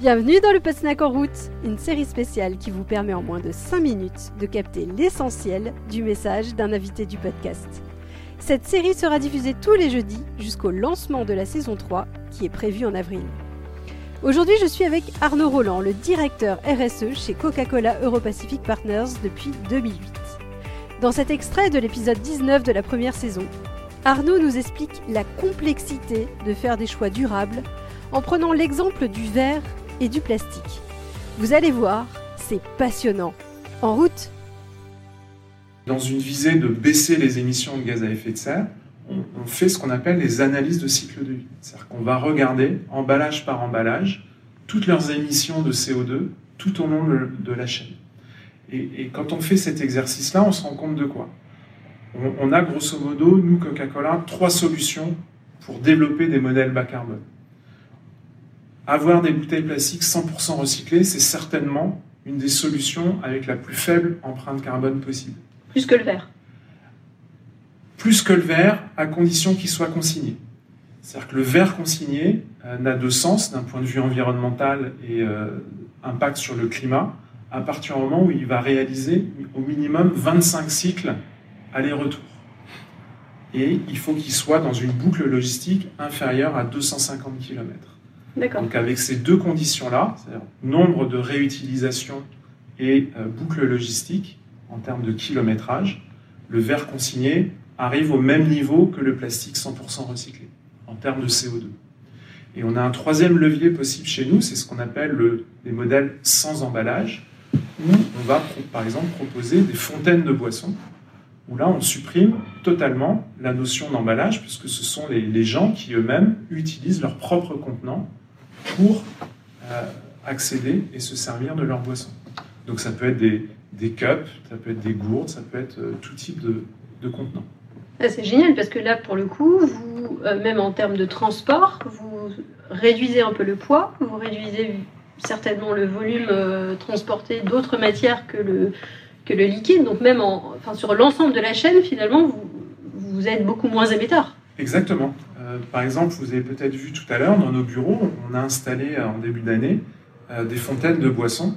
Bienvenue dans le Potsnack en route, une série spéciale qui vous permet en moins de 5 minutes de capter l'essentiel du message d'un invité du podcast. Cette série sera diffusée tous les jeudis jusqu'au lancement de la saison 3 qui est prévue en avril. Aujourd'hui, je suis avec Arnaud Roland, le directeur RSE chez Coca-Cola Europacific Partners depuis 2008. Dans cet extrait de l'épisode 19 de la première saison, Arnaud nous explique la complexité de faire des choix durables en prenant l'exemple du verre et du plastique. Vous allez voir, c'est passionnant. En route! Dans une visée de baisser les émissions de gaz à effet de serre, on fait ce qu'on appelle les analyses de cycle de vie. C'est-à-dire qu'on va regarder, emballage par emballage, toutes leurs émissions de CO2 tout au long de la chaîne. Et quand on fait cet exercice-là, on se rend compte de quoi? On a grosso modo, nous, Coca-Cola, 3 solutions pour développer des modèles bas carbone. Avoir des bouteilles plastiques 100% recyclées, c'est certainement une des solutions avec la plus faible empreinte carbone possible. Plus que le verre. Plus que le verre, à condition qu'il soit consigné. C'est-à-dire que le verre consigné n'a de sens d'un point de vue environnemental et impact sur le climat à partir du moment où il va réaliser au minimum 25 cycles aller-retour. Et il faut qu'il soit dans une boucle logistique inférieure à 250 km. D'accord. Donc avec ces deux conditions-là, c'est-à-dire nombre de réutilisation et boucle logistique en termes de kilométrage, le verre consigné arrive au même niveau que le plastique 100% recyclé en termes de CO2. Et on a un troisième levier possible chez nous, c'est ce qu'on appelle les modèles sans emballage, où on va par exemple proposer des fontaines de boissons, où là on supprime totalement la notion d'emballage, puisque ce sont les gens qui eux-mêmes utilisent leur propre contenant pour accéder et se servir de leur boisson. Donc ça peut être des cups, ça peut être des gourdes, ça peut être tout type de contenant. Ah, c'est génial parce que là, pour le coup, vous, même en termes de transport, vous réduisez un peu le poids, vous réduisez certainement le volume transporté d'autres matières que le liquide. Donc même sur l'ensemble de la chaîne, finalement, vous êtes beaucoup moins émetteur. Exactement. Par exemple, vous avez peut-être vu tout à l'heure, dans nos bureaux, on a installé en début d'année des fontaines de boissons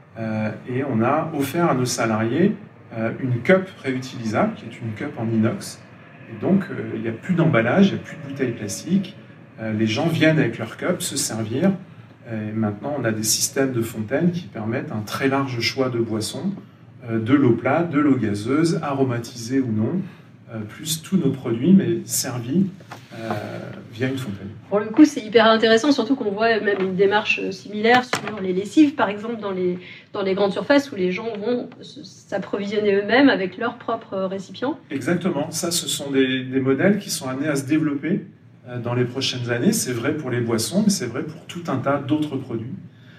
et on a offert à nos salariés une cup réutilisable, qui est une cup en inox. Et donc, il n'y a plus d'emballage, il n'y a plus de bouteilles plastiques. Les gens viennent avec leur cup se servir. Et maintenant, on a des systèmes de fontaines qui permettent un très large choix de boissons, de l'eau plate, de l'eau gazeuse, aromatisée ou non, plus tous nos produits, mais servis via une fontaine. Pour le coup, c'est hyper intéressant, surtout qu'on voit même une démarche similaire sur les lessives, par exemple, dans les grandes surfaces où les gens vont s'approvisionner eux-mêmes avec leurs propres récipients. Exactement. Ça, ce sont des modèles qui sont amenés à se développer dans les prochaines années. C'est vrai pour les boissons, mais c'est vrai pour tout un tas d'autres produits.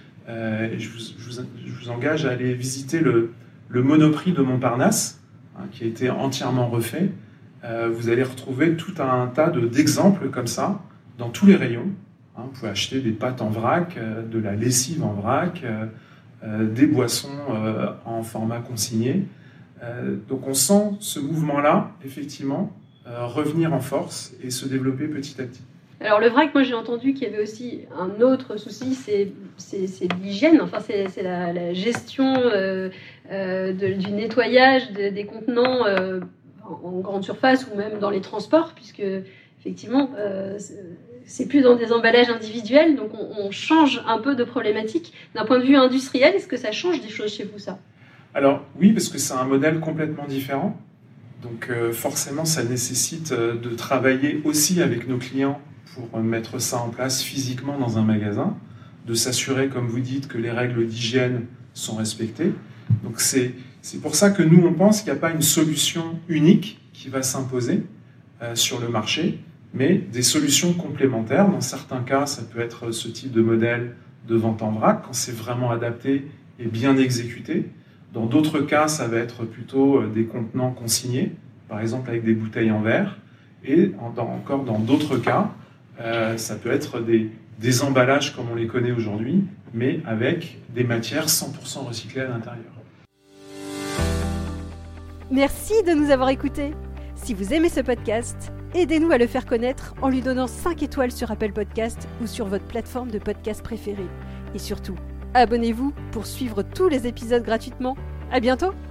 Et je vous engage à aller visiter le Monoprix de Montparnasse, qui a été entièrement refait. Vous allez retrouver tout un tas d'exemples comme ça dans tous les rayons. Vous pouvez acheter des pâtes en vrac, de la lessive en vrac, des boissons en format consigné. Donc on sent ce mouvement-là, effectivement, revenir en force et se développer petit à petit. Alors le vrac, moi j'ai entendu qu'il y avait aussi un autre souci, c'est l'hygiène, enfin c'est la gestion du nettoyage des contenants en grande surface ou même dans les transports, puisque effectivement c'est plus dans des emballages individuels, donc on change un peu de problématique. D'un point de vue industriel, est-ce que ça change des choses chez vous, ça? Alors oui, parce que c'est un modèle complètement différent, donc forcément ça nécessite de travailler aussi avec nos clients pour mettre ça en place physiquement dans un magasin, de s'assurer, comme vous dites, que les règles d'hygiène sont respectées. Donc c'est pour ça que nous, on pense qu'il n'y a pas une solution unique qui va s'imposer sur le marché, mais des solutions complémentaires. Dans certains cas, ça peut être ce type de modèle de vente en vrac, quand c'est vraiment adapté et bien exécuté. Dans d'autres cas, ça va être plutôt des contenants consignés, par exemple avec des bouteilles en verre. Et encore dans d'autres cas, ça peut être des emballages comme on les connaît aujourd'hui, mais avec des matières 100% recyclées à l'intérieur. Merci de nous avoir écoutés. Si vous aimez ce podcast, Aidez-nous à le faire connaître en lui donnant 5 étoiles sur Apple Podcast ou sur votre plateforme de podcast préférée. Et surtout, abonnez-vous pour suivre tous les épisodes gratuitement. À bientôt!